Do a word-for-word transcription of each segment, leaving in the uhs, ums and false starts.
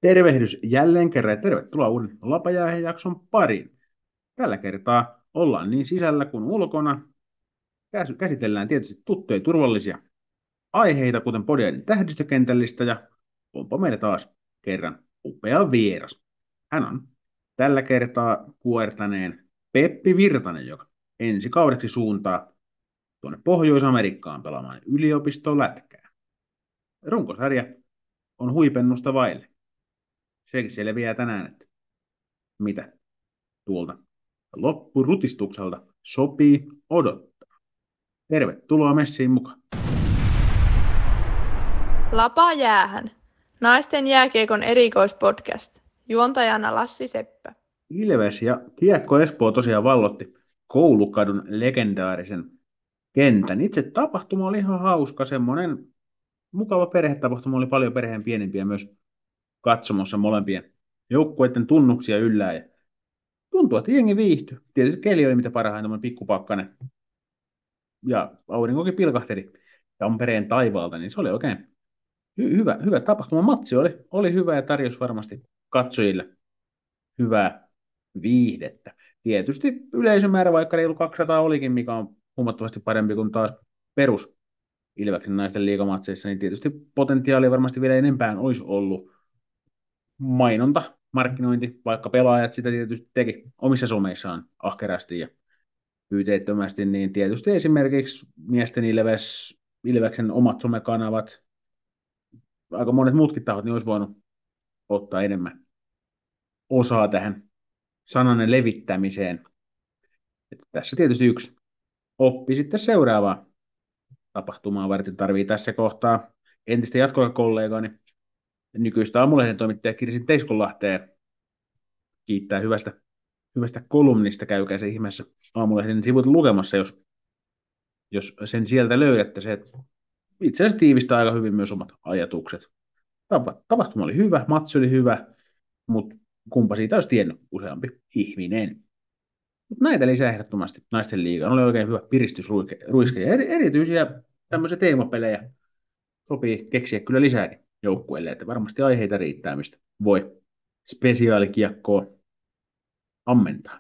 Tervehdys jälleen kerran ja tervetuloa uuden Lapajäähän jakson pariin. Tällä kertaa ollaan niin sisällä kuin ulkona. Käs- Käsitellään tietysti tuttuja ja turvallisia aiheita, kuten podiaiden tähdistökentällistä, ja onpa meillä taas kerran upea vieras. Hän on tällä kertaa kuortaneen Peppi Virtanen, joka ensi kaudeksi suuntaa tuonne Pohjois-Amerikkaan pelaamaan yliopistolätkää. Runkosarja on huipennusta vaille. Se selviää tänään, että mitä tuolta loppurutistukselta sopii odottaa. Tervetuloa messiin mukaan. Lapa jäähän. Naisten jääkiekon erikoispodcast. Juontajana Lassi Seppä. Ilves ja Kiekko Espoo tosiaan vallotti Koulukadun legendaarisen kentän. Itse tapahtuma oli ihan hauska, semmoinen mukava perhetapahtuma, oli paljon perheen pienempiä myös katsomossa molempien joukkueiden tunnuksia yllään. Ja tuntuu, että jengi viihtyi. Tietysti keli oli mitä parhain, tämmöinen pikkupakkanen. Ja aurinkokin pilkahteli Tampereen taivaalta, niin se oli oikein hy- hyvä, hyvä tapahtuma. Matsi oli, oli hyvä ja tarjosi varmasti katsojille hyvää viihdettä. Tietysti yleisömäärä, vaikka reilu kaksisataa olikin, mikä on huomattavasti parempi kuin taas perus Ilveksen naisten liigamatseissa, niin tietysti potentiaalia varmasti vielä enempään olisi ollut. Mainonta, markkinointi, vaikka pelaajat sitä tietysti teki omissa someissaan ahkerasti ja pyyteettömästi, niin tietysti esimerkiksi miesten Ilves, Ilveksen omat somekanavat, aika monet muutkin tahot, niin olisi voinut ottaa enemmän osaa tähän sananen levittämiseen. Että tässä tietysti yksi oppi sitten seuraavaa tapahtumaa varten tarvii tässä kohtaa entistä jatkokollegaani, nykyistä Aamulehden toimittaja Kirsi Teiskonlahteen kiittää hyvästä, hyvästä kolumnista. Käykää se ihmeessä Aamulehden sivut lukemassa, jos, jos sen sieltä löydätte. Se itse asiassa tiivistää aika hyvin myös omat ajatukset. Tapahtuma oli hyvä, matsi oli hyvä, mutta kumpa siitä olisi tiennyt useampi ihminen. Mut näitä lisää ehdottomasti naisten liigaan. Oli oikein hyvä piristysruiske ja eri, erityisiä tämmöisiä teemapelejä sopii keksiä kyllä lisääkin joukkueelle, että varmasti aiheita riittää, mistä voi spesiaalikiekkoa ammentaa.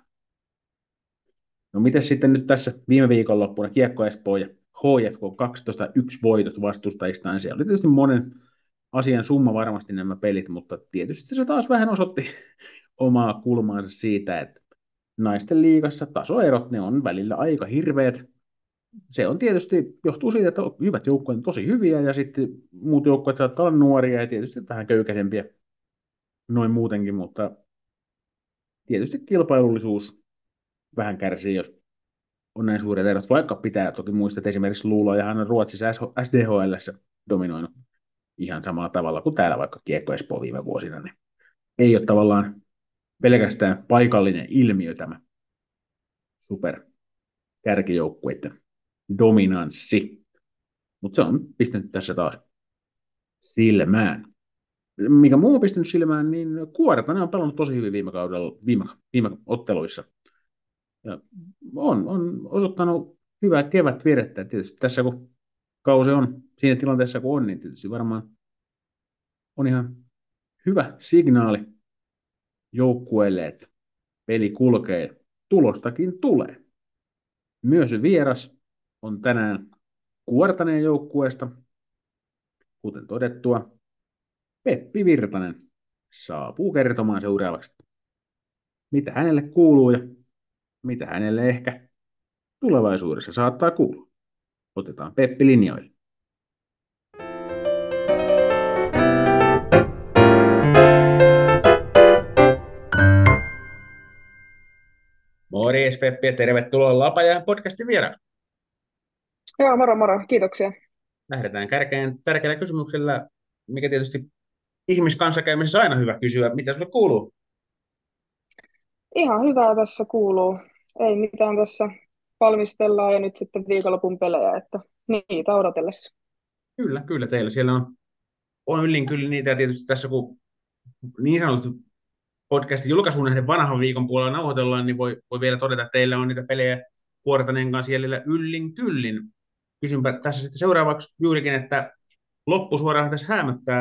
No miten sitten nyt tässä viime viikonloppuna Kiekko Espoo ja H F K kaksitoista yksi voitot vastustajistaan. Se oli tietysti monen asian summa varmasti nämä pelit, mutta tietysti se taas vähän osoitti omaa kulmaansa siitä, että naisten liigassa tasoerot, ne on välillä aika hirveät. Se on tietysti, johtuu siitä, että hyvät joukkueet on tosi hyviä ja sitten muut joukkueet saattaa olla nuoria ja tietysti vähän köykäisempiä noin muutenkin, mutta tietysti kilpailullisuus vähän kärsii, jos on näin suuret erot, vaikka pitää toki muistaa, että esimerkiksi Luula ja hän on Ruotsissa S D H L:ssä dominoinut ihan samalla tavalla kuin täällä vaikka Kiekko Espoo viime vuosina, niin ei ole tavallaan pelkästään paikallinen ilmiö tämä super kärkijoukkueiden dominanssi, mutta se on pistänyt tässä taas silmään. Mikä muu on pistänyt silmään, niin Kuortanen on pelannut tosi hyvin viime kaudella, viime, viime otteluissa. Ja on, on osoittanut hyvää kevät virettä. Tietysti tässä kun kausi on siinä tilanteessa kun on, niin tietysti varmaan on ihan hyvä signaali joukkueelle, että peli kulkee, tulostakin tulee. Myös vieras on tänään Kuortaneen joukkueesta, kuten todettua, Peppi Virtanen saapuu kertomaan seuraavaksi, mitä hänelle kuuluu ja mitä hänelle ehkä tulevaisuudessa saattaa kuulua. Otetaan Peppi linjoille. Morjes Peppi ja tervetuloa Lapajan podcastin vieraan. Joo, moro moro, kiitoksia. Lähdetään kärkeen tärkeällä kysymyksellä, mikä tietysti ihmiskanssakäymisessä on aina hyvä kysyä, mitä sulle kuuluu? Ihan hyvää tässä kuuluu. Ei mitään tässä valmistellaan ja nyt sitten viikonlopun pelejä, että niitä odotellessa. Kyllä, kyllä teillä siellä on, on yllin kyllä niitä ja tietysti tässä kun niin sanotusti podcastin julkaisuun nähden vanhan viikon puolella nauhoitellaan, niin voi, voi vielä todeta, että teillä on niitä pelejä Kuortaneen kanssa jäljellä yllin kyllin. Kysynpä tässä sitten seuraavaksi juurikin, että loppusuoraan tässä häämöttää,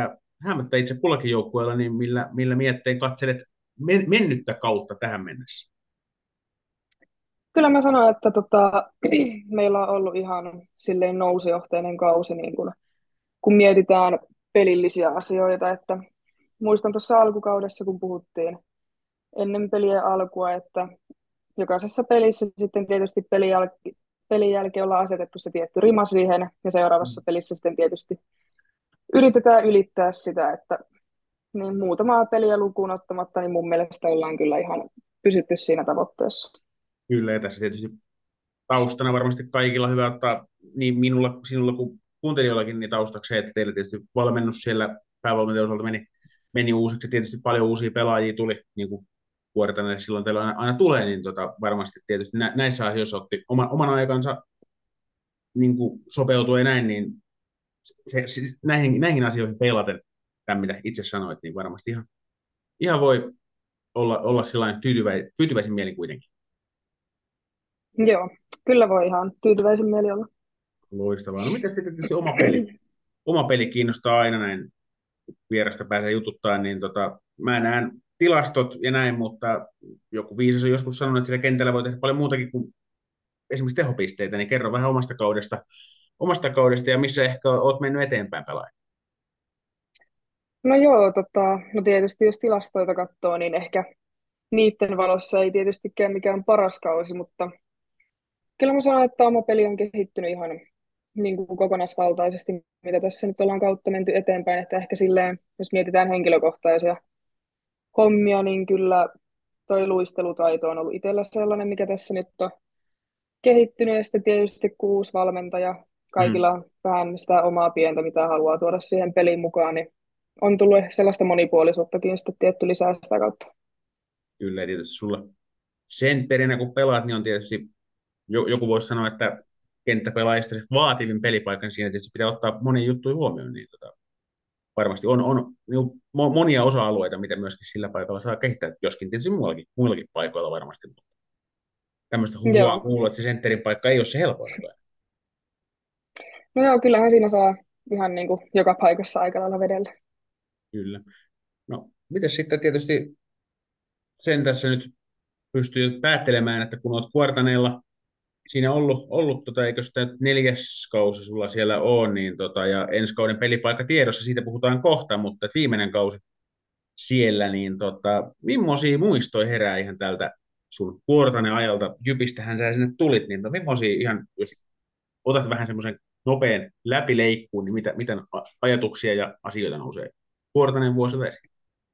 hämmättää itse kullakin joukkueella, niin millä, millä miettein katselet men, mennyttä kautta tähän mennessä? Kyllä mä sanoin, että tota, meillä on ollut ihan silleen nousujohteinen kausi, niin kun, kun mietitään pelillisiä asioita. Että muistan tuossa alkukaudessa, kun puhuttiin ennen pelien alkua, että jokaisessa pelissä sitten tietysti pelin, jäl- pelin jälkeen ollaan asetettu se tietty rima siihen, ja seuraavassa Mm. pelissä sitten tietysti yritetään ylittää sitä, että niin muutamaa peliä lukuun ottamatta, niin mun mielestä ollaan kyllä ihan pysytty siinä tavoitteessa. Kyllä, ja tässä tietysti taustana varmasti kaikilla hyvä ottaa niin minulla, sinulla kuin kuuntelijoillakin niin taustaksi se, että teillä tietysti valmennus siellä päävalmentajan osalta meni, meni uusiksi, tietysti paljon uusia pelaajia tuli, niin kuin Kuortanen silloin teillä aina, aina tulee, niin tota, varmasti tietysti nä, näissä asioissa otti oman, oman aikansa niin kuin sopeutui ja näin, niin se, siis näihin, näihin asioihin peilaten, tämän mitä itse sanoit, niin varmasti ihan, ihan voi olla, olla sellainen tyytyväi, tyytyväisin mieli kuitenkin. Joo, kyllä voi ihan tyytyväisen mieli olla. Loistavaa. No miten sitten tietysti oma peli? Oma peli kiinnostaa aina näin, vierasta pääsee jututtaa, niin tota, mä näen tilastot ja näin, mutta joku viisas on joskus sanonut, että siellä kentällä voi tehdä paljon muutakin kuin esimerkiksi tehopisteitä, niin kerro vähän omasta kaudesta, omasta kaudesta ja missä ehkä oot mennyt eteenpäin pelaamaan. No joo, tota, no tietysti jos tilastoita katsoo, niin ehkä niiden valossa ei tietystikään mikään paras kausi, mutta kyllä mä sanon, että oma peli on kehittynyt ihan niin kuin kokonaisvaltaisesti, mitä tässä nyt ollaan kautta menty eteenpäin, että ehkä silleen, jos mietitään henkilökohtaisia hommia, niin kyllä toi luistelutaito on ollut itsellä sellainen, mikä tässä nyt on kehittynyt, ja sitten tietysti kun uusi valmentaja, Mm, kaikilla on vähän sitä omaa pientä, mitä haluaa tuoda siihen peliin mukaan, niin on tullut ehkä sellaista monipuolisuuttakin sitten tietty lisää sitä kautta. kyllä, ja tietysti sulla sentterinä kun pelaat, niin on tietysti, jo- joku voisi sanoa, että kenttäpelaajista se vaativin pelipaikka, niin siinä tietysti pitää ottaa monia juttuja huomioon, niin tota, varmasti on, on niin mo- monia osa-alueita, mitä myöskin sillä paikalla saa kehittää, joskin tietysti muillakin, muillakin paikoilla varmasti, mutta tämmöistä huhua on Joo. kuullut, että se sentterin paikka ei ole se helpoin. No joo, kyllähän siinä saa ihan niin kuin joka paikassa aika lailla vedellä. Kyllä. No, miten sitten tietysti sen tässä nyt pystyy päättelemään, että kun olet Kuortaneella siinä ollut, ollut tota, eikö sitä nyt neljäs kausi sulla siellä on, niin tota, ja ensi kauden pelipaikka tiedossa, siitä puhutaan kohta, mutta että viimeinen kausi siellä, niin tota, millaisia muistoja herää ihan tältä sun Kuortanen ajalta, Jypistähän sä sinne tulit, niin millaisia ihan, jos otat vähän semmoisen nopean läpileikkuun, niin mitä, mitä ajatuksia ja asioita nousee Kuortanen vuosilta esiin?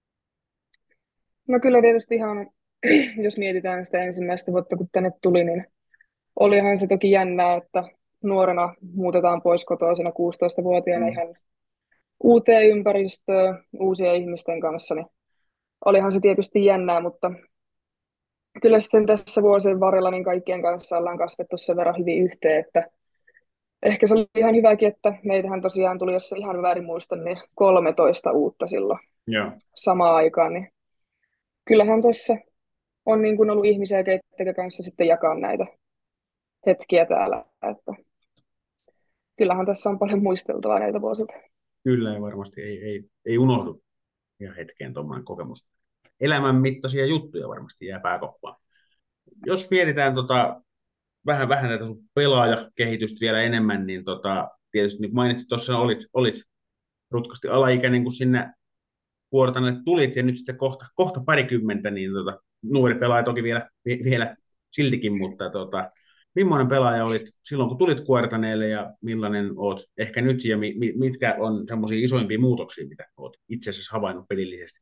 No kyllä tietysti ihan, jos mietitään sitä ensimmäistä vuotta, kun tänne tuli, niin olihan se toki jännää, että nuorena muutetaan pois kotoa siinä kuusitoistavuotiaana Mm. ihan uuteen ympäristöön, uusien ihmisten kanssa, niin olihan se tietysti jännää, mutta kyllä sitten tässä vuosien varrella niin kaikkien kanssa ollaan kasvettu sen verran hyvin yhteen, että ehkä se oli ihan hyväkin, että meitähän tosiaan tuli, jos ihan väärin muistan, niin kolmetoista uutta silloin Joo, samaan aikaan, niin kyllähän tässä on niin kuin ollut ihmisiä, keiden kanssa sitten jakaa näitä hetkiä täällä, että kyllähän tässä on paljon muisteltavaa näitä vuosilta. kyllä ja varmasti ei, ei, ei unohdu ihan hetkeen tuommoinen kokemus. Elämän mittaisia juttuja varmasti jää pääkoppaan. Jos mietitään tota, vähän, vähän tätä sun pelaajakehitystä vielä enemmän, niin tota, tietysti niin kuin mainitsit tuossa, olit, olit rutkasti alaikäinen, kun sinne Kuortanalle tulit, ja nyt sitten kohta, kohta parikymmentä, niin tota, nuori pelaaja toki vielä, vi- vielä siltikin, mutta tota, millainen pelaaja olit silloin, kun tulit Kuortaneelle, ja millainen oot ehkä nyt, ja mi, mi, mitkä on semmoisia isoimpia muutoksia, mitä oot itse asiassa havainnut pelillisesti?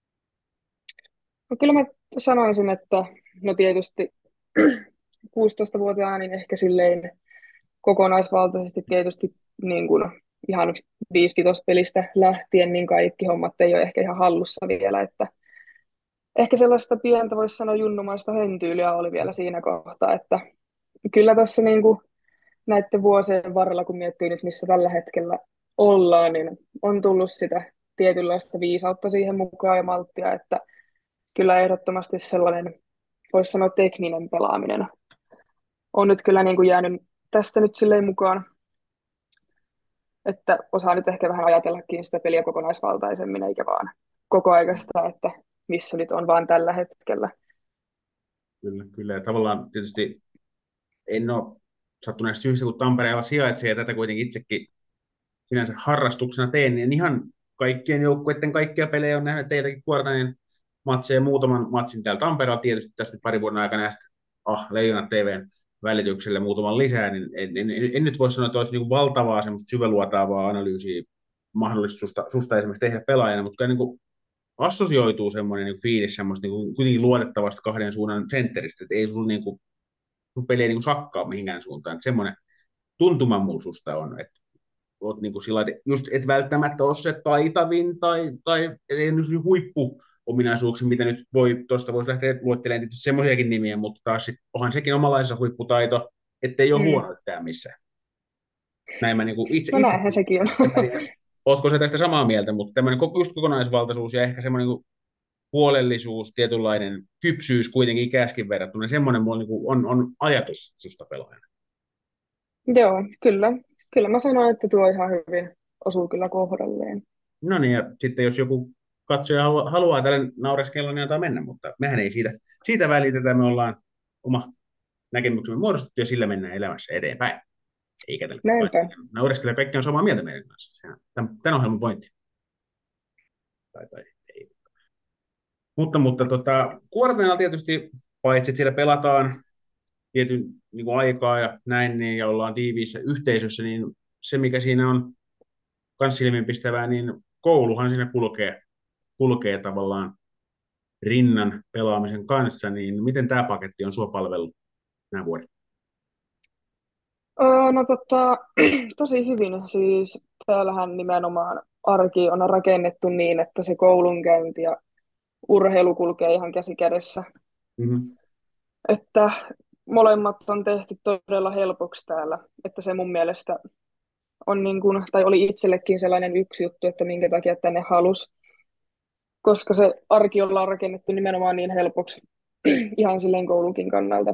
No kyllä mä sanoisin, että no tietysti kuusitoistavuotiaana niin ehkä silleen kokonaisvaltaisesti tietysti niin kuin ihan viisi pelistä lähtien, niin kaikki hommat ei ole ehkä ihan hallussa vielä, että ehkä sellaista pientä, voisi sanoa junnumaista höntyyliä oli vielä siinä kohtaa, että kyllä tässä niin kuin näiden vuosien varrella, kun miettii nyt, missä tällä hetkellä ollaan, niin on tullut sitä tietynlaista viisautta siihen mukaan ja malttia, että kyllä ehdottomasti sellainen, voisi sanoa tekninen pelaaminen on nyt kyllä niin kuin jäänyt tästä nyt silleen mukaan. Että osaa nyt ehkä vähän ajatellakin sitä peliä kokonaisvaltaisemmin, eikä vaan koko aikaista, että missä nyt on vaan tällä hetkellä. Kyllä, kyllä. Ja tavallaan tietysti en ole sattuneesta syystä, kun Tampereella sijaitsee ja tätä kuitenkin itsekin sinänsä harrastuksena teen, niin ihan kaikkien joukkueiden kaikkia pelejä on nähnyt teiltäkin Kuortanen matseja, muutaman matsin täällä Tampereella tietysti tästä pari vuoden aikana näistä ah, Leijonat T V:n välityksellä muutaman lisää, niin en, en, en, en nyt voi sanoa, että olisi niin kuin valtavaa semmoista syväluotaavaa analyysiä mahdollista susta, susta esimerkiksi tehdä pelaajana, mutta niin kuin assosioituu semmoinen niin fiilis semmoista niin kuin, kuitenkin luotettavasta kahden suunnan sentteristä, että ei sulla niin kuin, sun peli ei niin kuin sakkaa mihinkään suuntaan, että semmoinen tuntuma mulla susta on, että oot niin kuin sillä, just et välttämättä ole se taitavin tai, tai ei nyt huippu ominaisuuksia, mitä nyt voi, tuosta voisi lähteä luettelemaan tietysti semmoisiakin nimiä, mutta taas sit, onhan sekin omanlaisessa huipputaito, ettei ole Mm. huono yhtään missään. Näin mä niin kuin itse, No itse näinhän sekin on. en mä tiedä, ootko se tästä samaa mieltä, mutta tämmöinen just kokonaisvaltaisuus ja ehkä semmoinen niin huolellisuus, tietynlainen kypsyys kuitenkin ikäskin verrattuna, niin semmoinen mulla niin kuin on, on ajatus susta pelaajana. Joo, kyllä. Kyllä mä sanoin, että tuo ihan hyvin osuu kyllä kohdalleen. No niin, ja sitten jos joku katsoja haluaa, haluaa tälle naureskella, niin antaa mennä, mutta mehän ei siitä, siitä välitetä, me ollaan oma näkemyksemme muodostettu ja sillä mennään elämässä eteenpäin. Eikä tällä kukaan Näinpä. naureskella, kaikki on samaa mieltä meidän kanssa. Sehän on tämän, tämän ohjelman pointti. Tai, tai, ei. Mutta, mutta tota, Kuortenalla tietysti, paitsi että siellä pelataan tietyn niin kuin aikaa ja näin, niin, ja ollaan tiiviissä yhteisössä, niin se mikä siinä on kans silmiinpistävää, niin kouluhan siinä kulkee, kulkee tavallaan rinnan pelaamisen kanssa, niin miten tämä paketti on sua palvellut nämä vuodet? Öö, no tota, tosi hyvin. Siis täällähän nimenomaan arki on rakennettu niin, että se koulunkäynti ja urheilu kulkee ihan käsi kädessä. Mm-hmm. Että molemmat on tehty todella helpoksi täällä. Että se mun mielestä on niin kuin, tai oli itsellekin sellainen yksi juttu, että minkä takia tänne halus, koska se arki ollaan rakennettu nimenomaan niin helpoksi ihan silleen koulunkin kannalta.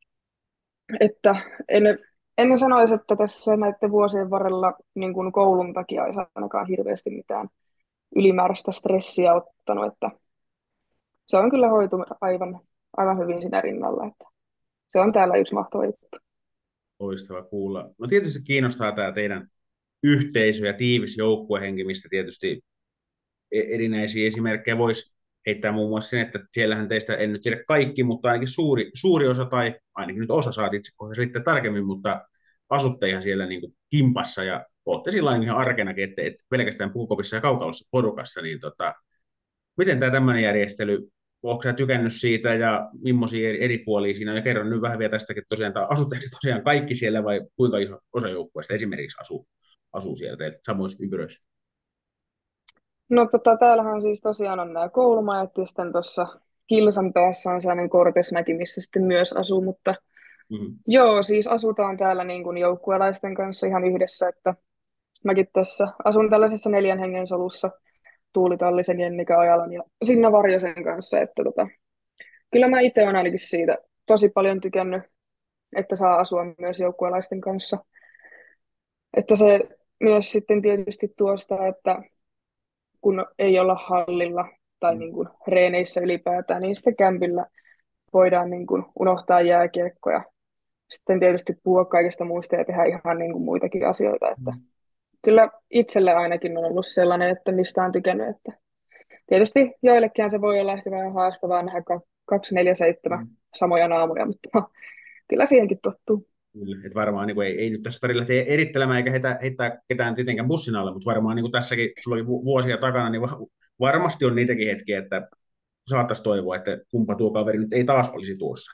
Että en, en sanoisi, että tässä näiden vuosien varrella niin kuin koulun takia ei ainakaan hirveästi mitään ylimääräistä stressiä ottanut, että se on kyllä hoitunut aivan, aivan hyvin siinä rinnalla, että se on täällä yksi mahtava juttu. Loistava kuulla. No tietysti kiinnostaa tämä teidän yhteisö ja tiivis joukkuehenki, mistä tietysti e- erinäisiä esimerkkejä voisi heittää muun muassa sen, että siellähän teistä, en nyt tiedä kaikki, mutta ainakin suuri, suuri osa, tai ainakin nyt osa saat itse kohta sitten tarkemmin, mutta asutte ihan siellä niin kuin kimpassa ja olette sillä ihan arkenakin, että, että pelkästään puukopissa ja kaukalossa porukassa, niin tota, miten tämä tämmöinen järjestely, onko sä tykännyt siitä ja millaisia eri, eri puolia siinä on, ja kerron nyt vähän vielä tästäkin tosiaan, tai asutteko tosiaan kaikki siellä vai kuinka iso osa joukkueesta esimerkiksi asuu, asuu siellä teillä samoissa ympyröissä? No tota, täällähän siis tosiaan on nämä koulumajat ja sitten tuossa kilsan päässä on sellainen Kortesmäki, missä sitten myös asuu, mutta Mm-hmm. joo, siis asutaan täällä niin kuin joukkuelaisten kanssa ihan yhdessä, että mäkin tässä asun tällaisessa neljän hengen solussa Tuuli Tallisen, Jennika Ojalan ja Sinna Varjosen kanssa, että tota, kyllä mä itse olen ainakin siitä tosi paljon tykännyt, että saa asua myös joukkuelaisten kanssa. Että se myös sitten tietysti tuosta, että kun ei olla hallilla tai niin kuin reeneissä ylipäätään, niin sitten kämpillä voidaan niin kuin unohtaa jääkiekko ja sitten tietysti puhua kaikesta muusta ja tehdä ihan niin kuin muitakin asioita. Että kyllä itselle ainakin on ollut sellainen, että mistä on tykännyt. Että tietysti joillekin se voi olla ehkä vähän haastavaa nähdä kaksi neljä seitsemän samoja naamoja, mutta kyllä siihenkin tottuu. Kyllä, että varmaan niin kuin, ei, ei nyt tässä tarvitse lähteä erittelemään eikä heittää, heittää ketään tietenkään bussin alle, mutta varmaan niin kuin tässäkin, sulla oli vuosia takana, niin va- varmasti on niitäkin hetkiä, että saattaisi toivoa, että kumpa tuo kaveri nyt ei taas olisi tuossa.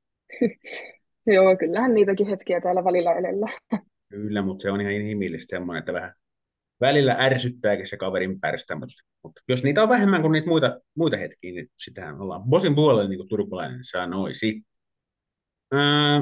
Joo, kyllähän niitäkin hetkiä täällä välillä elellä. Kyllä, mutta se on ihan inhimillistä semmoinen, että vähän välillä ärsyttääkin se kaverin pärstä, mutta, mutta jos niitä on vähemmän kuin niitä muita, muita hetkiä, niin sitähän ollaan bosin puolella niin kuin turkulainen sanoisi. Öö,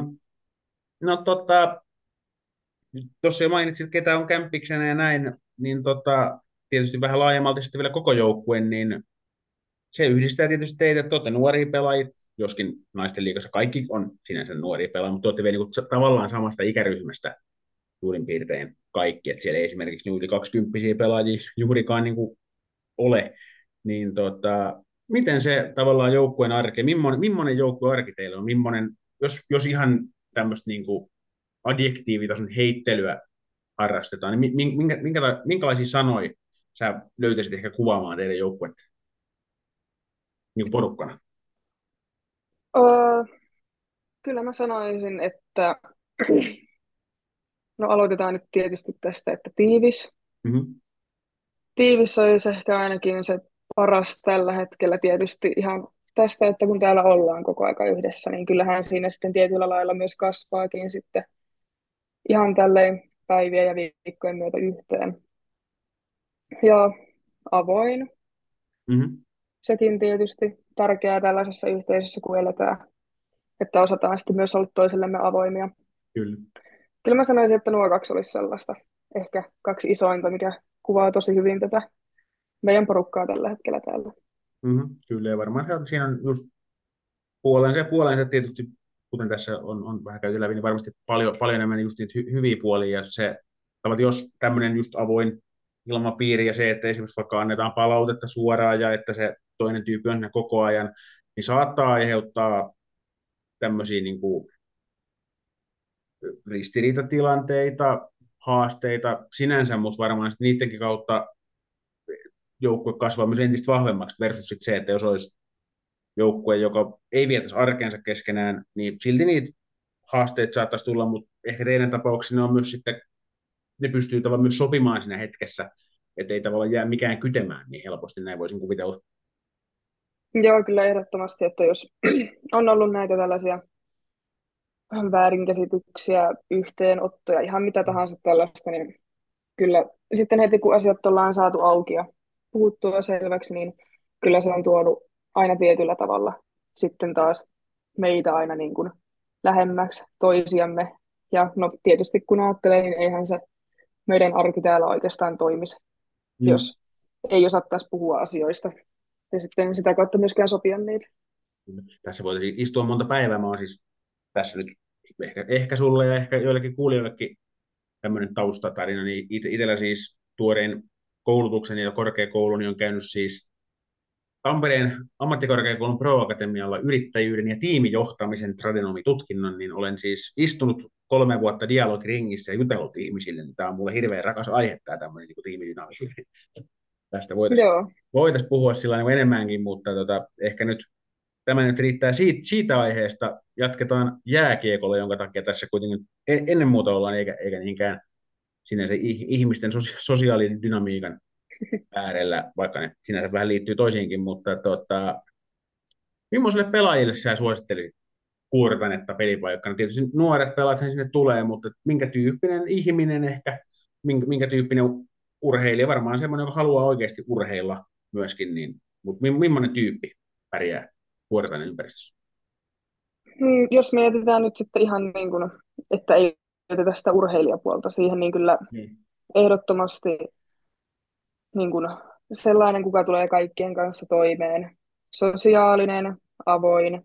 no tota, tuossa jo mainitsit, ketä on kämppiksenä ja näin, niin tota, tietysti vähän laajemmalti sitten vielä koko joukkueen, niin se yhdistää tietysti teitä, että olette nuoria pelaajia, joskin naisten liigassa kaikki on sinänsä nuoria pelaajia, mutta olette vielä niin kuin tavallaan samasta ikäryhmästä suurin piirtein kaikki, että siellä ei esimerkiksi yli kaksikymppisiä pelaajia juurikaan niin kuin ole, niin tota, miten se tavallaan joukkueen arki, millainen, millainen joukkueen arki teillä on, millainen, jos, jos ihan tämmöistä niin kuin adjektiivitason heittelyä harrastetaan, niin minkä, minkä, minkälaisia sanoja sä löytäisit ehkä kuvaamaan teidän joukkuetta niin kuin porukkana? Öö, kyllä mä sanoisin, että no aloitetaan nyt tietysti tästä, että tiivis. Mm-hmm. Tiivis olisi ehkä ainakin se paras tällä hetkellä tietysti ihan tästä, että kun täällä ollaan koko aika yhdessä, niin kyllähän siinä sitten tietyllä lailla myös kasvaakin sitten ihan tälleen päivien ja viikkojen myötä yhteen. Ja avoin, Mm-hmm. sekin tietysti tärkeää tällaisessa yhteisössä, kun eletään, että osataan sitten myös olla toisellemme avoimia. Kyllä. Kyllä mä sanoisin, että nuo kaksi olisi sellaista, ehkä kaksi isointa, mikä kuvaa tosi hyvin tätä meidän porukkaa tällä hetkellä täällä. Mm-hmm. Kyllä, ja varmaan se on, siinä on just puolensa ja puolensa tietysti, kuten tässä on, on vähän käyty läpi, niin varmasti paljon, paljon enemmän just niitä hy, hyviä puolia, ja se, että jos tämmöinen just avoin ilmapiiri ja se, että esimerkiksi vaikka annetaan palautetta suoraan ja että se toinen tyyppi on siinä koko ajan, niin saattaa aiheuttaa tämmöisiä niin kuin ristiriitatilanteita, haasteita sinänsä, mutta varmaan niidenkin kautta joukkue kasvaa myös entistä vahvemmaksi versus sit se, että jos olisi joukkue, joka ei vietäisi arkeensa keskenään, niin silti niitä haasteita saattaisi tulla, mutta ehkä teidän tapauksessa ne on myös sitten, ne pystyy tavallaan myös sopimaan siinä hetkessä, että ei tavallaan jää mikään kytemään niin helposti, näin voisin kuvitella. Joo, kyllä ehdottomasti, että jos on ollut näitä tällaisia väärinkäsityksiä, yhteenottoja, ihan mitä tahansa tällaista, niin kyllä sitten heti kun asiat ollaan saatu auki ja puhuttua selväksi, niin kyllä se on tuonut aina tietyllä tavalla sitten taas meitä aina niin kuin lähemmäksi toisiamme. Ja no tietysti kun ajattelee, niin eihän se meidän arki täällä oikeastaan toimisi, Mm. jos ei osattaisi puhua asioista ja sitten sitä kautta myöskään sopia niitä. Tässä voitaisiin istua monta päivää, mä oon siis tässä nyt ehkä, ehkä sulle ja ehkä joillekin kuulijoillekin tämmöinen taustatarina, niin it- itsellä siis tuorein koulutuksen ja korkeakouluni on käynyt siis Tampereen ammattikorkeakoulun Pro-akatemialla yrittäjyyden ja tiimijohtamisen tradenomitutkinnon, niin olen siis istunut kolme vuotta dialogiringissä ja jutellut ihmisille, niin tämä on mulle hirveän rakas aihe, tämä tämmöinen niin tiimidynamiikka. Tästä voitaisiin Joo, voitais puhua sillä niin enemmänkin, mutta tota, ehkä nyt tämä nyt riittää siitä, siitä aiheesta. Jatketaan jääkiekolla, jonka takia tässä kuitenkin ennen muuta ollaan, eikä, eikä niinkään sinänsä ihmisten sosiaalidynamiikan äärellä, vaikka ne sinänsä vähän liittyy toisiinkin, mutta tota, millaisille pelaajille sä suosittelisit kuortanetta pelipaikkana? Tietysti nuoret pelaajat sinne tulee, mutta minkä tyyppinen ihminen ehkä, minkä, minkä tyyppinen urheilija, varmaan semmoinen, joka haluaa oikeasti urheilla myöskin, niin, mutta millainen tyyppi pärjää kuortanen ympäristössä? Mm, jos me jätetään nyt sitten ihan niin kuin, että ei jätetä sitä urheilijapuolta siihen, niin kyllä Niin. ehdottomasti niin kuin sellainen, kuka tulee kaikkien kanssa toimeen, sosiaalinen, avoin,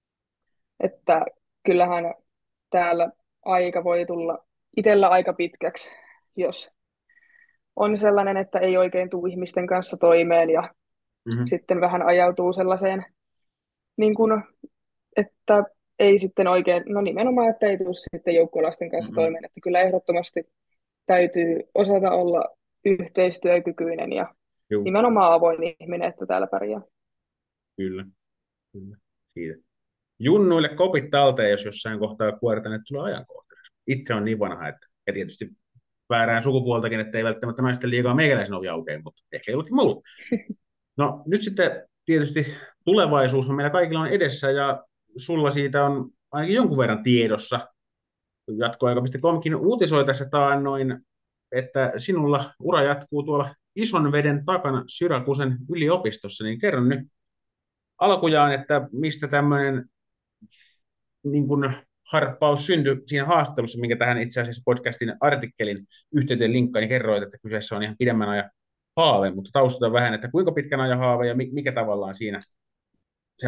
että kyllähän täällä aika voi tulla itsellä aika pitkäksi, jos on sellainen, että ei oikein tule ihmisten kanssa toimeen ja Mm-hmm. sitten vähän ajautuu sellaiseen, niin kuin, että ei sitten oikein, no nimenomaan, että ei tule sitten joukkolaisten kanssa Mm-hmm. toimeen, että kyllä ehdottomasti täytyy osata olla yhteistyökykyinen ja Joo, nimenomaan avoin ihminen, että täällä pärjää. kyllä, kyllä. Siitä. Junnuille kopit talteen, jos jossain kohtaa kuortanet tulee ajankohtaiseksi. Itse on niin vanha, että ja tietysti väärään sukupuoltakin, että ei välttämättä naisten liigaa meikäläisen ovi aukeaa, mutta ehkä jollekin muulle. No nyt sitten tietysti tulevaisuus on meillä kaikilla on edessä ja sulla siitä on ainakin jonkun verran tiedossa. Jatkoaika piste comkin uutisoi tässä taannoin, että sinulla ura jatkuu tuolla ison veden takana Syrakusen yliopistossa, niin kerron nyt alkujaan, että mistä tämmöinen niin kuin harppaus syntyi siinä haastattelussa, minkä tähän itse asiassa podcastin artikkelin yhteyteen linkkaan, niin kerroit, että kyseessä on ihan pidemmän ajan haave, mutta taustata vähän, että kuinka pitkän ajan haave ja mikä tavallaan siinä se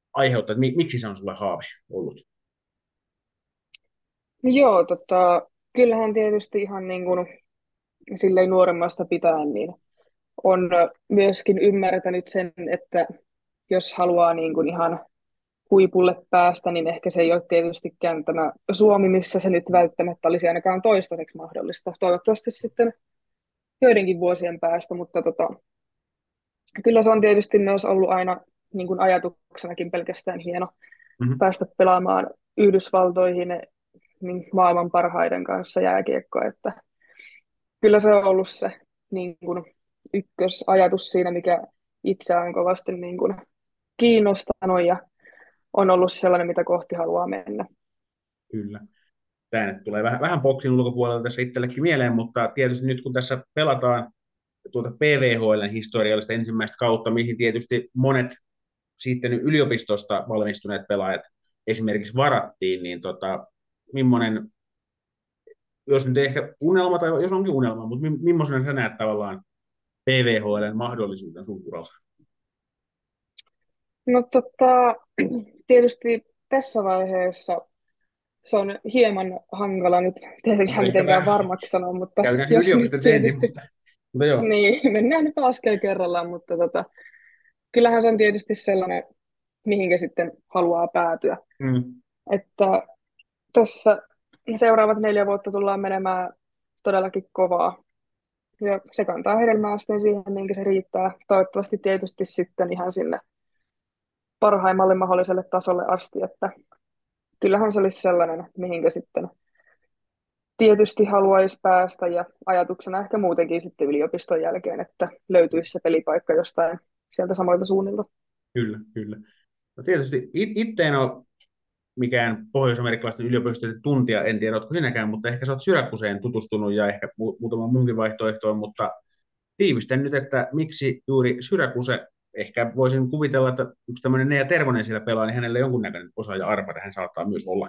aiheuttaa, että miksi se on sulle haave ollut? No joo, tota, kyllähän tietysti ihan niin kuin silleen nuoremmasta pitäen niin on myöskin ymmärtänyt sen, että jos haluaa niin kuin ihan huipulle päästä, niin ehkä se ei ole tietystikään tämä Suomi, missä se nyt välttämättä olisi ainakaan toistaiseksi mahdollista. Toivottavasti sitten joidenkin vuosien päästä, mutta tota, kyllä se on tietysti myös ollut aina niin kuin ajatuksenakin pelkästään hieno Mhm. päästä pelaamaan Yhdysvaltoihin niin maailman parhaiden kanssa jääkiekkoa, että kyllä se on ollut se niin kuin ykkösajatus siinä, mikä itseä on kovasti niin kuin kiinnostanut ja on ollut sellainen, mitä kohti haluaa mennä. Kyllä. Tämä nyt tulee vähän, vähän boksin ulkopuolelta tässä itsellekin mieleen, mutta tietysti nyt kun tässä pelataan tuota P V H L:n historiallista ensimmäistä kautta, mihin tietysti monet sitten yliopistosta valmistuneet pelaajat esimerkiksi varattiin, niin tota, millainen, jos nyt ehkä unelma, tai jos onkin unelma, mutta mi- millaisena sä näet tavallaan P V H L:n mahdollisuuden sun uralla? No tota, tietysti tässä vaiheessa se on hieman hankala nyt No tietenkään ehkä mitenkään vähän, varmaksi sanoa, mutta käydään se jos nyt yliopistot ensin, tietysti, mutta, mutta joo. niin mennään nyt askel kerrallaan, mutta tota, kyllähän se on tietysti sellainen, mihinkä sitten haluaa päätyä. Mm, Että tässä seuraavat neljä vuotta tullaan menemään todellakin kovaa. Ja se kantaa hedelmää sitten siihen, minkä se riittää. Toivottavasti tietysti sitten ihan sinne parhaimmalle mahdolliselle tasolle asti, että kyllähän se olisi sellainen, mihinkä sitten tietysti haluaisi päästä ja ajatuksena ehkä muutenkin sitten yliopiston jälkeen, että löytyisi se pelipaikka jostain sieltä samoilta suunnilta. kyllä, kyllä. No tietysti it, itse en ole mikään pohjois-amerikkalaisten yliopistojen tuntija, en tiedä, oletko sinäkään, mutta ehkä sä oot Syrakuseen tutustunut ja ehkä mu- muutaman muunkin vaihtoehtoon, mutta tiivistän nyt, että miksi juuri Syrakuse, ehkä voisin kuvitella, että yksi tämmöinen Nea Tervonen siellä pelaa, niin hänellä jonkunnäköinen osaaja arpa, hän saattaa myös olla.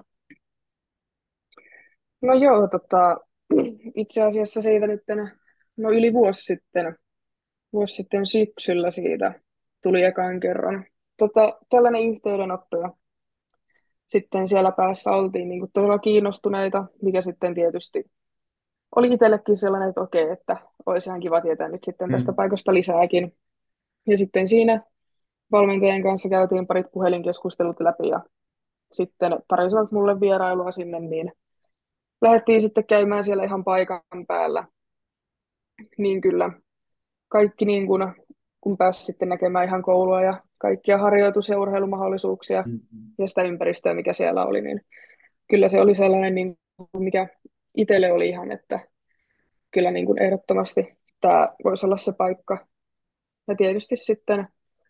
No joo, tota, itse asiassa siitä nyt no yli vuosi sitten, vuosi sitten syksyllä siitä tuli ekan kerran tota, tällainen yhteydenotto ja sitten siellä päässä oltiin niin kuin todella kiinnostuneita, mikä sitten tietysti oli itsellekin sellainen, että okei, että olisi ihan kiva tietää nyt sitten tästä Hmm. paikasta lisääkin. Ja sitten siinä valmentajien kanssa käytiin parit puhelinkeskustelut läpi ja sitten tarjosivat mulle vierailua sinne, niin lähdettiin sitten käymään siellä ihan paikan päällä. Niin kyllä kaikki niin kuin, kun pääsi sitten näkemään ihan koulua ja kaikkia harjoitus- ja urheilumahdollisuuksia Hmm. ja sitä ympäristöä, mikä siellä oli, niin kyllä se oli sellainen, niin kuin, mikä itselle oli ihan, että kyllä niin kuin ehdottomasti tämä voisi olla se paikka. Ja tietysti sitten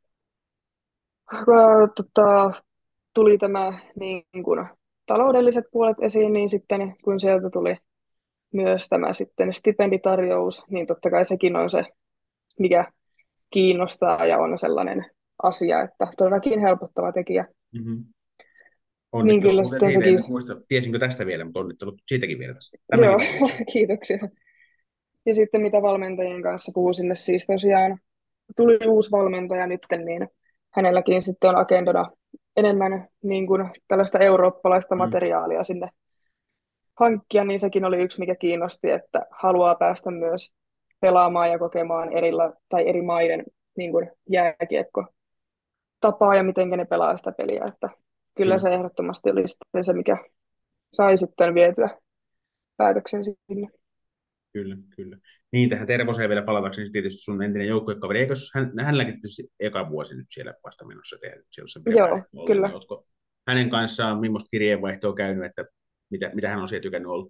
ää, tota, tuli tämä niin kuin, taloudelliset puolet esiin, niin sitten kun sieltä tuli myös tämä sitten stipenditarjous, niin totta kai sekin on se, mikä kiinnostaa ja on sellainen asia, että todellakin helpottava tekijä. Hmm. Niin Onnittelut kyllä muuten sitten siitä, en sekin, nyt muista, tiesinkö tästä vielä, mutta onnittelut siitäkin vielä tässä. joo, Tämäkin vielä vielä. kiitoksia. Ja sitten mitä valmentajien kanssa puhuu sinne, siis tosiaan tuli uusi valmentaja nyt, niin hänelläkin sitten on agendana enemmän niin kuin tällaista eurooppalaista Hmm. materiaalia sinne hankkia, niin sekin oli yksi, mikä kiinnosti, että haluaa päästä myös pelaamaan ja kokemaan erillä, tai eri maiden niin kuin jääkiekko tapaa ja miten ne pelaa sitä peliä. Että kyllä Kyllä, se ehdottomasti oli sitten se, mikä sai sitten vietyä päätöksen sinne. kyllä, kyllä. Niin, tähän Tervoseen vielä palatakseni tietysti sun entinen joukkuekaveri. Eikö hän, hänelläkin tietysti eka vuosi nyt siellä vasta menossa tehnyt, siellä on sen pidempään Joo, ehkä ollut, niin kyllä. ootko hänen kanssaan millaista kirjeenvaihtoa käynyt, että mitä, mitä hän on siellä tykännyt olla?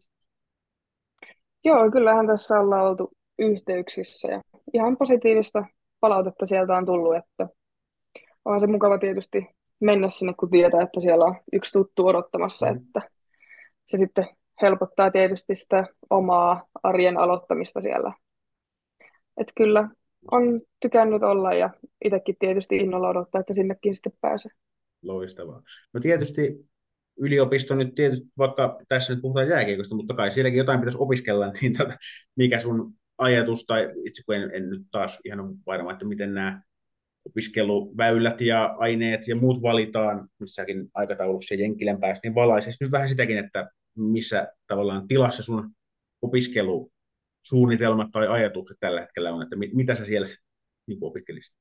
Joo, kyllähän tässä ollaan oltu yhteyksissä ja ihan positiivista palautetta sieltä on tullut, että on se mukava tietysti mennä sinne, kun tietää, että siellä on yksi tuttu odottamassa, Mm. että se sitten helpottaa tietysti sitä omaa arjen aloittamista siellä. Että kyllä on tykännyt olla ja itsekin tietysti innolla odottaa, että sinnekin sitten pääsee. Loistavaa. No tietysti yliopisto nyt tietysti, vaikka tässä nyt puhutaan jääkiekosta, mutta kai sielläkin jotain pitäisi opiskella, niin tota, mikä sun ajatus, tai itse kun en, en nyt taas ihan ole varma, että miten nämä opiskeluväylät ja aineet ja muut valitaan missäkin aikataulussa ja Jenkkilän päässä, niin valaisisi nyt vähän sitäkin, että missä tavallaan tilassa sun opiskelusuunnitelmat tai ajatukset tällä hetkellä on, että mit, mitä sä siellä niin opiskelisit?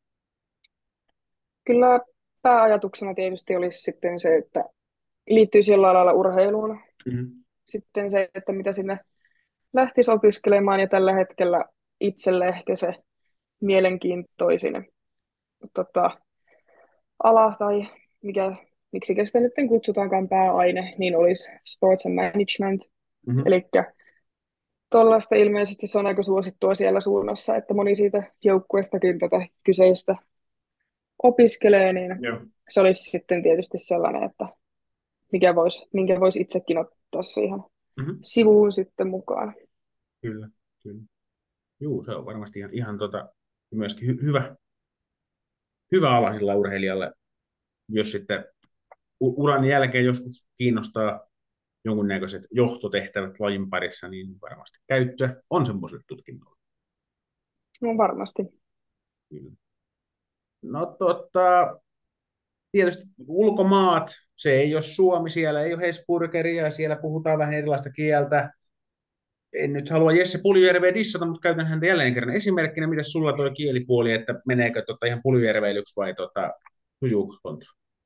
Kyllä pääajatuksena tietysti olisi sitten se, että liittyisi jollain lailla urheiluun. Mm-hmm. Sitten se, että mitä sinne lähtisi opiskelemaan ja tällä hetkellä itselle ehkä se mielenkiintoisin tota, ala tai mikä, miksi sitä nyt kutsutaankaan pääaine, niin olisi sports and management. Mm-hmm. Eli tuollaista ilmeisesti se on aika suosittua siellä suunnassa, että moni siitä joukkueestakin tätä kyseistä opiskelee, niin Joo. se olisi sitten tietysti sellainen, että mikä voisi, minkä voisi itsekin ottaa siihen Mm-hmm. sivuun sitten mukaan. Kyllä, kyllä. Juu, se on varmasti ihan, ihan tota, myöskin hy- hyvä, hyvä ala sillä urheilijalle, jos sitten u- uran jälkeen joskus kiinnostaa jonkunnäköiset johtotehtävät lajin parissa, niin varmasti käyttöä on semmoiselle tutkinnolle. No varmasti. Kyllä. No tota, tietysti ulkomaat, se ei ole Suomi, siellä ei ole Hesburgeria, siellä puhutaan vähän erilaista kieltä. En nyt halua Jesse Puljujärveä dissata, mutta käytän häntä jälleen kerran esimerkkinä. Miten sulla tuo kielipuoli, että meneekö tota ihan Puljujärveilyksi vai tota, sujuuko kontra?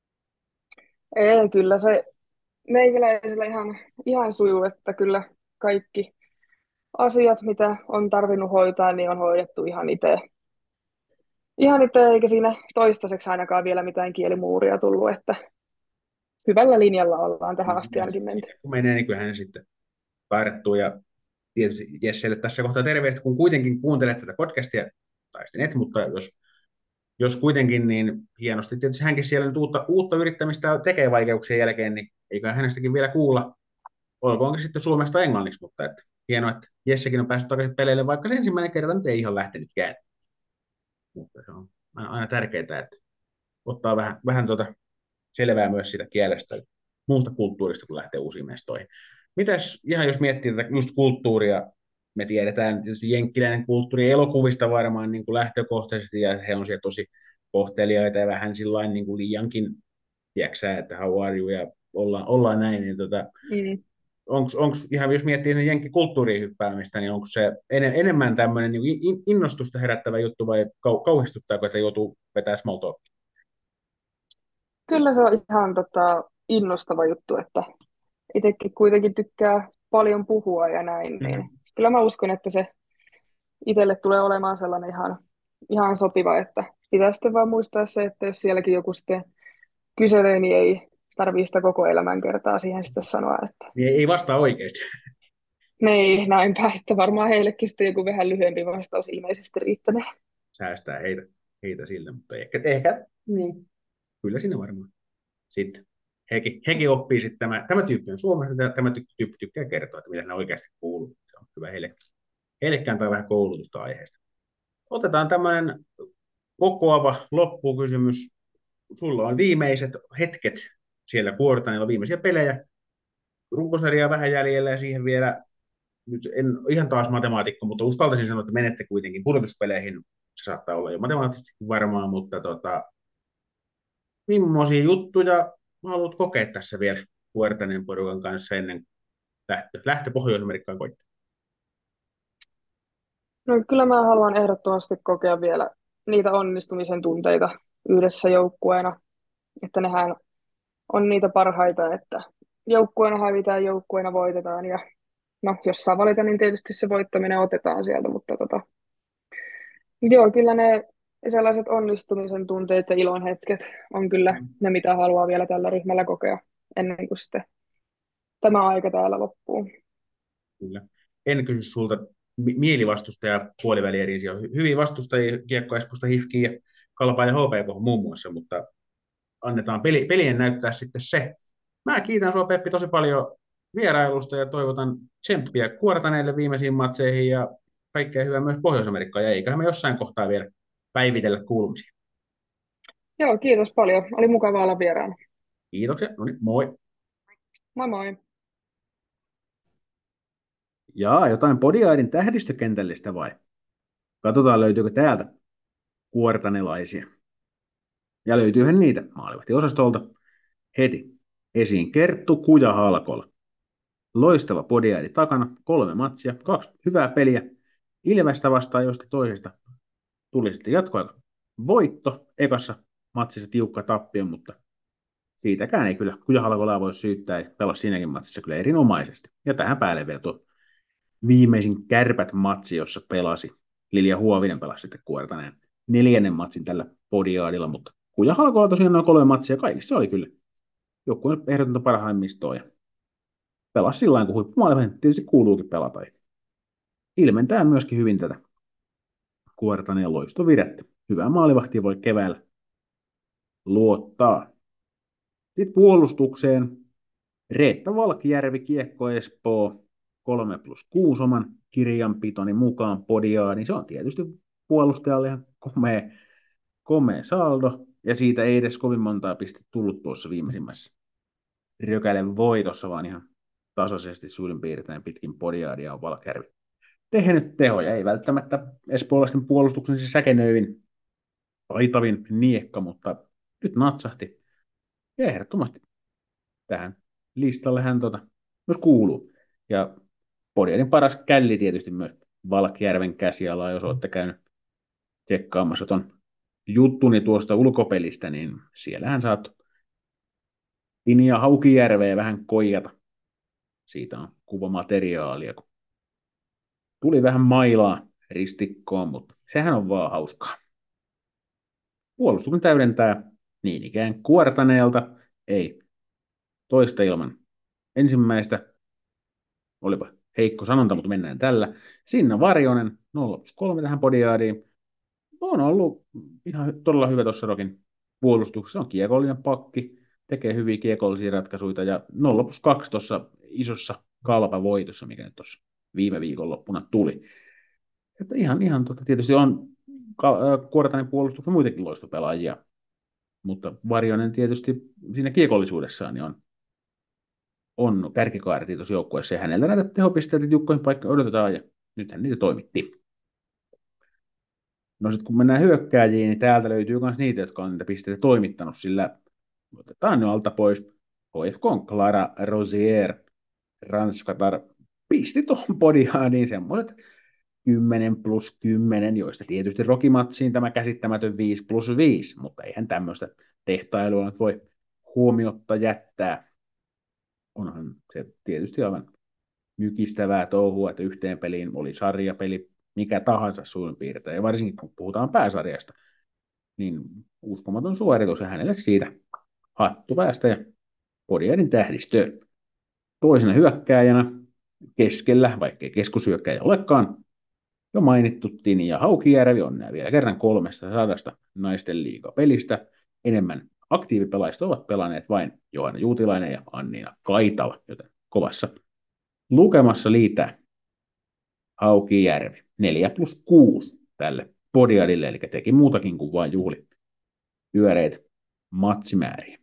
Ei, kyllä se meikäläisellä ihan, ihan sujuu, että kyllä kaikki asiat, mitä on tarvinnut hoitaa, niin on hoidettu ihan itse. Ihan itse, eikä siinä toistaiseksi ainakaan vielä mitään kielimuuria tullut, että hyvällä linjalla ollaan tähän asti ainakin menty. Kun menee, niin kyllähän sitten kaarrettuu. Ja tietysti Jesselle tässä kohtaa terveistä, kun kuitenkin kuuntelet tätä podcastia, tai sitten et, mutta jos, jos kuitenkin, niin hienosti tietysti hänkin siellä nyt uutta, uutta yrittämistä tekee vaikeuksien jälkeen, niin eikä hänestäkin vielä kuulla, olkoonkin sitten suomeksi tai englanniksi, mutta että hienoa, että Jessekin on päässyt takaisin peleille, vaikka se ensimmäinen kerta nyt ei ihan lähtenytkään. Mutta se on aina tärkeää, että ottaa vähän, vähän tuota selvää myös siitä kielestä ja muusta kulttuurista, kun lähtee uusiin mestoihin. Mitäs ihan jos miettii tätä just kulttuuria, me tiedetään tietysti jenkkiläinen kulttuuri elokuvista varmaan niin kuin lähtökohtaisesti, ja he on siellä tosi kohteliaita ja vähän sillain niin kuin liiankin, tiedätkö että how are you, ja ollaan, ollaan näin, niin tota, Mm. onko ihan, jos miettii sen jenkkikulttuuriin hyppäämistä, niin onko se en, enemmän tämmöinen niin in, innostusta herättävä juttu, vai kau, kauhistuttaako, että joutuu vetämään small talk? Kyllä se on ihan tota, innostava juttu, että itsekin kuitenkin tykkää paljon puhua ja näin, niin Mm-hmm. kyllä mä uskon, että se itselle tulee olemaan sellainen ihan, ihan sopiva, että pitää sitten vaan muistaa se, että jos sielläkin joku sitten kyselee, niin ei tarvitse sitä koko elämän kertaa siihen sitten sanoa, että Niin ei vastaa oikeasti. niin, näinpä, että varmaan heillekin sitten joku vähän lyhyempi vastaus ilmeisesti riittänee. Säästää heitä, heitä sillä, mutta ehkä, ehkä niin. Kyllä siinä varmaan. Sitten hekin, hekin oppii sitten tämä, tämä tyyppi on Suomessa, ja tämä tyyppi tykkää kertoa, että mitä ne oikeasti kuuluu. Se on hyvä heille, heillekin antaa vähän koulutusta aiheesta. Otetaan tämmöinen kokoava loppukysymys. Sulla on viimeiset hetket siellä Kuortaneella, viimeisiä pelejä. Runkosarjaa vähän jäljellä ja siihen vielä, nyt en ihan taas matemaatikko, mutta uskaltaisin sanoa, että menette kuitenkin pudotuspeleihin. Se saattaa olla jo matemaattisesti varmaan, mutta tota, millaisia juttuja haluat kokea tässä vielä Kuortaneen porukan kanssa ennen lähtö, lähtö Pohjois-Amerikkaan koittaa? No kyllä mä haluan ehdottomasti kokea vielä niitä onnistumisen tunteita yhdessä joukkueena, että nehän on niitä parhaita, että joukkueena hävitään, joukkueena voitetaan ja no, jos saa valita, niin tietysti se voittaminen otetaan sieltä, mutta tota, joo, kyllä ne sellaiset onnistumisen tunteet ja ilon hetket on kyllä ne, mitä haluaa vielä tällä ryhmällä kokea ennen kuin sitten tämä aika täällä loppuu. Kyllä. En kysy sulta mi- mielivastusta ja puolivälieriisiä. On hy- hyviä vastustajia, Kiekko Espoosta, H I F K ja Kalpaa ja H P K muun muassa, mutta annetaan peli, pelien näyttää sitten se. Mä kiitän sua Peppi tosi paljon vierailusta ja toivotan tsemppiä Kuortaneille viimeisiin matseihin ja kaikkea hyvää myös Pohjois-Amerikkaan ja eiköhän me jossain kohtaa vielä päivitellä kuulumisia. Joo, kiitos paljon. Oli mukava olla vieraana. Kiitoksia, no niin, moi. Moi moi. Jaa, jotain Podiaidin tähdistökentällistä vai? Katsotaan löytyykö täältä kuortanelaisia. Ja löytyyhän niitä maalivahtiosastolta heti esiin. Kerttu Kuja Halkola. loistava podiaidi takana, kolme matsia, kaksi hyvää peliä. Ilvestä vastaan, josta toisesta tuli sitten jatkoaika voitto. Ekassa matsissa tiukka tappio, mutta siitäkään ei kyllä Kuja-Halkolaa voi syyttää, ja pelasi siinäkin matsissa kyllä erinomaisesti. Ja tähän päälle vielä tuo viimeisin Kärpät-matsi, jossa pelasi. Lilja Huovinen pelasi sitten Kuortaneen neljännen matsin tällä podiaadilla, mutta Kuja-Halkola tosiaan noin kolme matsia kaikissa oli kyllä joukkueen ehdotonta parhaimmistoa ja pelasi sillä lailla, kun huippumaalivahdin tietysti kuuluukin pelata. Ilmentää myöskin hyvin tätä Kuortaneen loistovirettä. Hyvää maalivahtia voi keväällä luottaa. Sitten puolustukseen. Reetta Valkjärvi, Kiekko Espoo, kolme plus kuusi oman kirjanpitoni mukaan podiaan, niin se on tietysti puolustajalle ihan komea, komea saldo, ja siitä ei edes kovin montaa pistettä tullut tuossa viimeisimmässä Rjökälen voitossa, vaan ihan tasaisesti suurin piirtein pitkin podiaadia on Valkjärvi tehnyt tehoja, ei välttämättä espoolaisten puolustuksen se säkenöivin taitavin niekka, mutta nyt natsahti ja ehdottomasti tähän listalle hän tota, myös kuuluu. Ja podiaidin paras källi tietysti myös Valkjärven käsialaa, jos olette käynyt tsekkaamassa ton juttuni tuosta ulkopelistä, niin siellähän saat Inia Haukijärveä vähän koijata. Siitä on kuvamateriaalia, kun tuli vähän mailaa ristikkoon, mutta sehän on vaan hauskaa. Puolustuksen täydentää niin ikään Kuortaneelta, ei toista ilman ensimmäistä, olipa heikko sanonta, mutta mennään tällä. Sinna Varjonen, nolla plus kolme tähän podiaadiin. On ollut ihan todella hyvä tuossa Rokin puolustuksessa. On kiekollinen pakki, tekee hyviä kiekollisia ratkaisuja ja nolla plus kaksi tuossa isossa kalpavoitossa, mikä nyt tuossa viime viikonloppuna tuli. Että ihan, ihan tota, tietysti on Kuortanen puolustuksessa muitakin loistopelaajia, mutta Varjonen tietysti siinä kiekollisuudessaan niin on on kärkikaarti tuossa joukkueessa, ja häneltä näitä tehopisteitä tiukkoihin paikkoihin odotetaan, ja nythän niitä toimitti. No sitten kun mennään hyökkääjiin, niin täältä löytyy myös niitä, jotka on niitä pisteitä toimittanut, sillä otetaan ne alta pois. H F K Clara Rosier, Ranskatar, pisti tuohon podiaan niin semmoiset kymmenen plus kymmenen, joista tietysti Rokimatsiin tämä käsittämätön viisi plus viisi, mutta eihän tämmöistä tehtailua nyt voi huomiotta jättää. Onhan se tietysti aivan mykistävää touhua, että yhteen peliin oli sarjapeli, mikä tahansa suurin piirtein, ja varsinkin kun puhutaan pääsarjasta, niin uskomaton suoritus, ja hänelle siitä hattu päästä ja podiaidin tähdistöön. Toisena hyökkääjänä keskellä, vaikkei keskushyökkäjä olekaan, jo mainittu Tini ja Haukijärvi on nämä vielä kerran kolmesta sadasta naisten liigapelistä. Enemmän aktiivipelaajista ovat pelanneet vain Johanna Juutilainen ja Anniina Kaitala, joten kovassa lukemassa liitää Haukijärvi. neljä plus kuusi tälle podiadille, eli teki muutakin kuin vain juhli pyöreitä matsimääriä.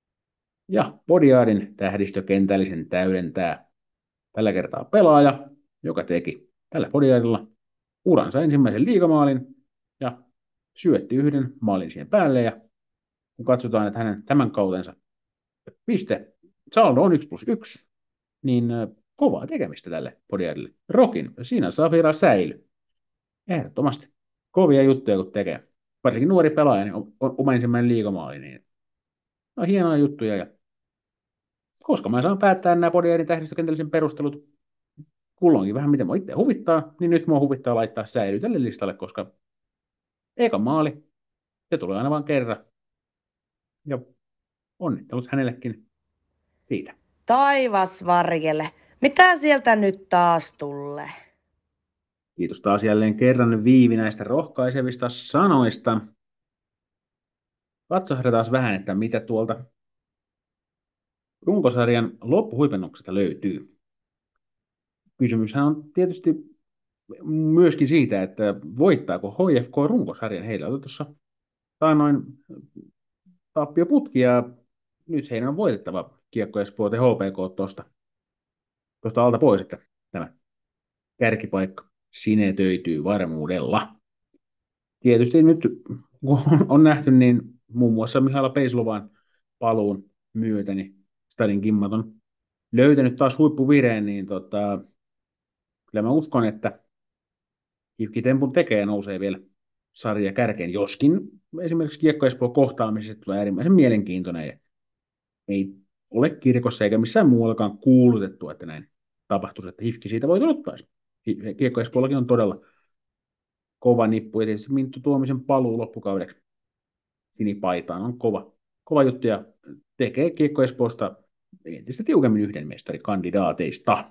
Ja podiadin tähdistökentällisen täydentää tällä kertaa pelaaja, joka teki tällä podiadilla uransa ensimmäisen liigamaalin ja syötti yhden maalin siihen päälle. Ja kun katsotaan, että hänen tämän kautensa piste saldo on yksi plus yksi, niin kovaa tekemistä tälle podiadille. Rokin, siinä Safira säily. Ehdottomasti. Kovia juttuja, kun tekee. Varsinkin nuori pelaaja, niin oma ensimmäinen liigamaali, niin on hienoja juttuja. Ja koska mä saan päättää nämä podiadin tähdistökentällisen perustelut kulloinkin vähän miten mua itse huvittaa, niin nyt mua huvittaa laittaa säily tälle listalle, koska eka maali, se tulee aina vain kerran. Ja onnittelut hänellekin siitä. Taivas varjelle. Mitä sieltä nyt taas tulee? Kiitos taas jälleen kerran Viivi näistä rohkaisevista sanoista. Katsotaan taas vähän, että mitä tuolta runkosarjan loppuhuipennuksesta löytyy. Kysymyshän on tietysti myöskin siitä, että voittaako H F K runkosarjan. Heillä on tuossa noin tappioputki ja nyt heidän on voitettava Kiekko Espoo ja H P K tuosta tuosta alta pois, että tämä kärkipaikka sinetöityy varmuudella. Tietysti nyt, kun on nähty, niin muun muassa Mihaila Peislovan paluun myötä, niin Stadin Kimmat on löytänyt taas huippuvireen, niin tota, kyllä mä uskon, että Hifki Tempun tekee ja nousee vielä sarja kärkeen, joskin esimerkiksi Kiekko Espoon kohtaamisesta tulee äärimmäisen mielenkiintoinen. Ja ei ole kirkossa eikä missään muuallakaan kuulutettu, että näin tapahtuisi, että Hifki siitä voi ottaa. Kiekko Espoollakin on todella kova nippu, ja tietysti Minttu Tuomisen paluu loppukaudeksi sinipaitaan on kova, kova juttu, ja tekee Kiekko Espoosta entistä tiukemmin yhden mestarikandidaateista.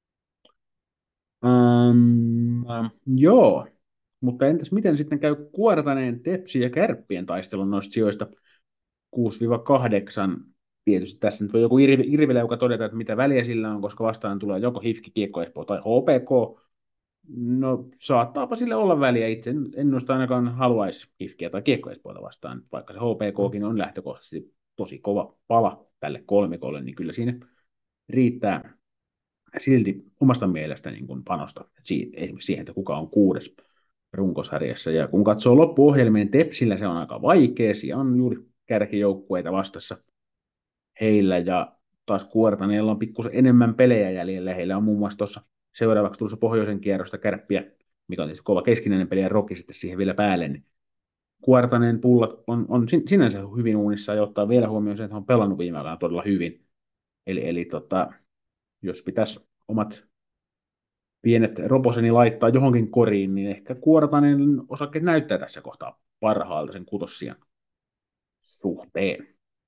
Um, um, joo, mutta entäs miten sitten käy Kuortaneen, Tepsi ja Kärppien taistelun noista sijoista kuusi kahdeksan? Tietysti tässä nyt voi joku irvi, irvileuka todeta, että mitä väliä sillä on, koska vastaan tulee joko Hifki, Kiekko Espoo tai H P K. No saattaapa sille olla väliä. Itse en en noista ainakaan haluaisi Hifkiä tai Kiekko Espoota vastaan, vaikka se H P K:kin on lähtökohtaisesti tosi kova pala tälle kolmikolle, niin kyllä siinä riittää silti omasta mielestä niin kuin panosta siitä, esimerkiksi siihen, että kuka on kuudes runkosarjassa. Ja kun katsoo loppuohjelmien Tepsillä se on aika vaikea, siellä on juuri kärkijoukkueita vastassa heillä, ja taas Kuortaneella on pikkusen enemmän pelejä jäljellä. Heillä on muun muassa tuossa seuraavaksi tulossa pohjoisen kierrosta Kärppiä, mikä on tietysti kova keskinäinen peli, ja Roki sitten siihen vielä päälle. Niin Kuortaneen pullat on, on sinänsä hyvin uunissa, ja ottaa vielä huomioon sen, että on pelannut viime aikoina todella hyvin. Eli, eli tota, jos pitäisi omat pienet roposeni laittaa johonkin koriin, niin ehkä Kuortanen osake näyttää tässä kohtaa parhaalta sen kutossian suhteen.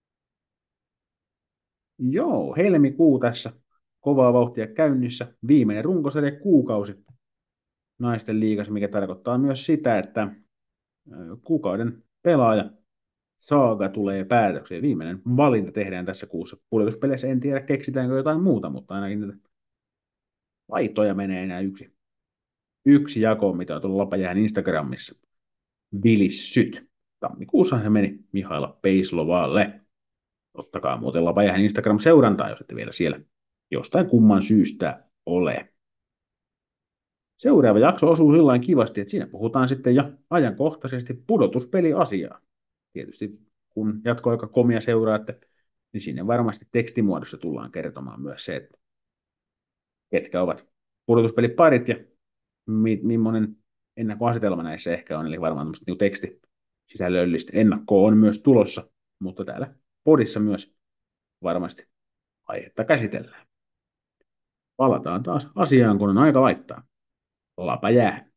Joo, helmikuu tässä kovaa vauhtia käynnissä. Viimeinen runkosarja kuukausi naisten liigassa, mikä tarkoittaa myös sitä, että kuukauden pelaaja saaga tulee päätökseen. Viimeinen valinta tehdään tässä kuussa. Pudotuspeleissä en tiedä, keksitäänkö jotain muuta, mutta ainakin näitä vaitoja menee enää yksi. Yksi jako, mitä on tuolla Lapajään Instagramissa vilissyt. Tammikuussa se meni Mihaila Peislovalle. Ottakaa muuten Lapajään Instagram-seurantaa, jos ette vielä siellä jostain kumman syystä ole. Seuraava jakso osuu sillain kivasti, että siinä puhutaan sitten jo ajankohtaisesti pudotuspeliasiaa. Tietysti kun jatkoaika komia seuraatte, niin sinne varmasti tekstimuodossa tullaan kertomaan myös se, että ketkä ovat pudotuspeliparit ja mi- millainen ennakkoasetelma näissä ehkä on, eli varmaan tämmöistä niin tekstisisällöllistä ennakkoa on myös tulossa, mutta täällä podissa myös varmasti aihetta käsitellään. Palataan taas asiaan, kun on aika laittaa lapa jää.